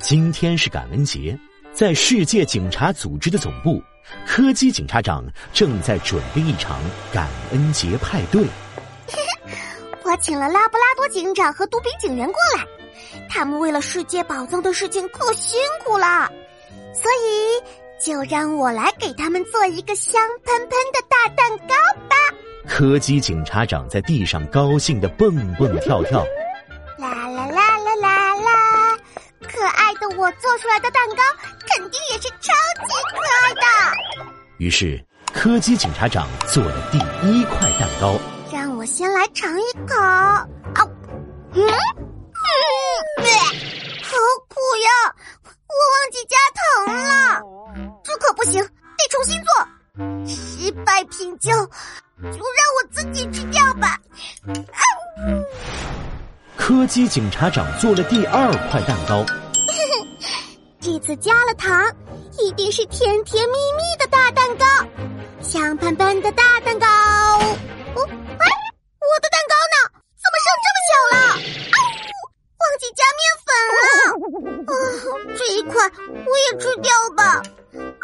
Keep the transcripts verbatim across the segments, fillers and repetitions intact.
今天是感恩节，在世界警察组织的总部，柯基警察长正在准备一场感恩节派对。 我请了拉布拉多警长和杜宾警员过来，他们为了世界宝藏的事情可辛苦了，所以就让我来给他们做一个香喷喷的大蛋糕吧。 柯基警察长在地上高兴地蹦蹦跳跳， 啦啦啦啦啦啦！可爱的我做出来的蛋糕肯定也是超级可爱的。 于是柯基警察长做了第一块蛋糕。 让我先来尝一口。啊，嗯嗯，好苦呀！我忘记加糖了，这可不行，得重新做。失败品就就让我自己吃掉吧。啊， 柯基警察长做了第二块蛋糕。 这次加了糖，一定是甜甜蜜蜜的大蛋糕，香喷喷的大蛋糕。哦，哎，我的蛋糕呢？怎么剩这么小了？啊，忘记加面粉了。啊，这一块我也吃掉吧。啊，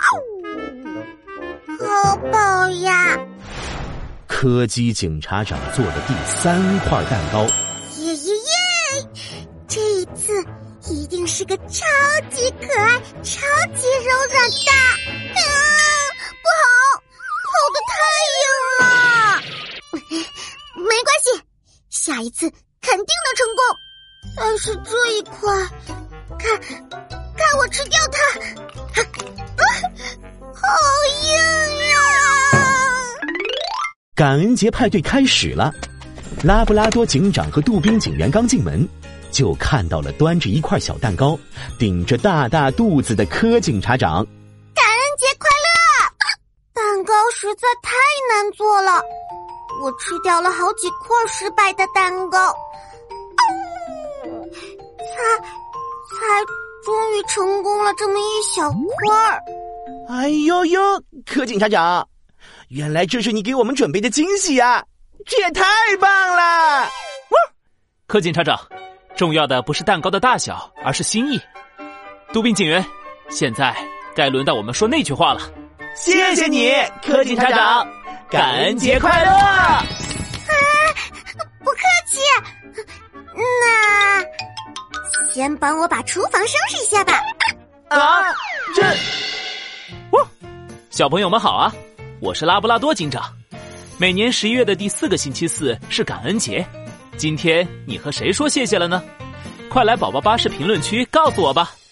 好饱呀！ 柯基警察长做了第三块蛋糕。 耶耶耶！这一次一定是个超级可爱、超级柔软的。啊，不好，烤得太硬了。没关系，下一次肯定能成功。但是这一块，看，看我吃掉它，啊啊，好硬呀！ 感恩节派对开始了，拉布拉多警长和杜宾警员刚进门，就看到了端着一块小蛋糕、顶着大大肚子的柯警察长。 感恩节快乐！蛋糕实在太难做了，我吃掉了好几块失败的蛋糕，嗯、才才终于成功了这么一小块。 哎呦呦，柯警察长，原来这是你给我们准备的惊喜啊！这也太棒了！ 柯警察长，重要的不是蛋糕的大小，而是心意。杜宾警员，现在该轮到我们说那句话了。 谢谢你，柯警察长，感恩节快乐！啊， 不客气。那先帮我把厨房收拾一下吧。 啊，这…… 哦，小朋友们好啊，我是拉布拉多警长。每年十一月的第四个星期四是感恩节，今天你和谁说谢谢了呢？快来宝宝巴士评论区告诉我吧。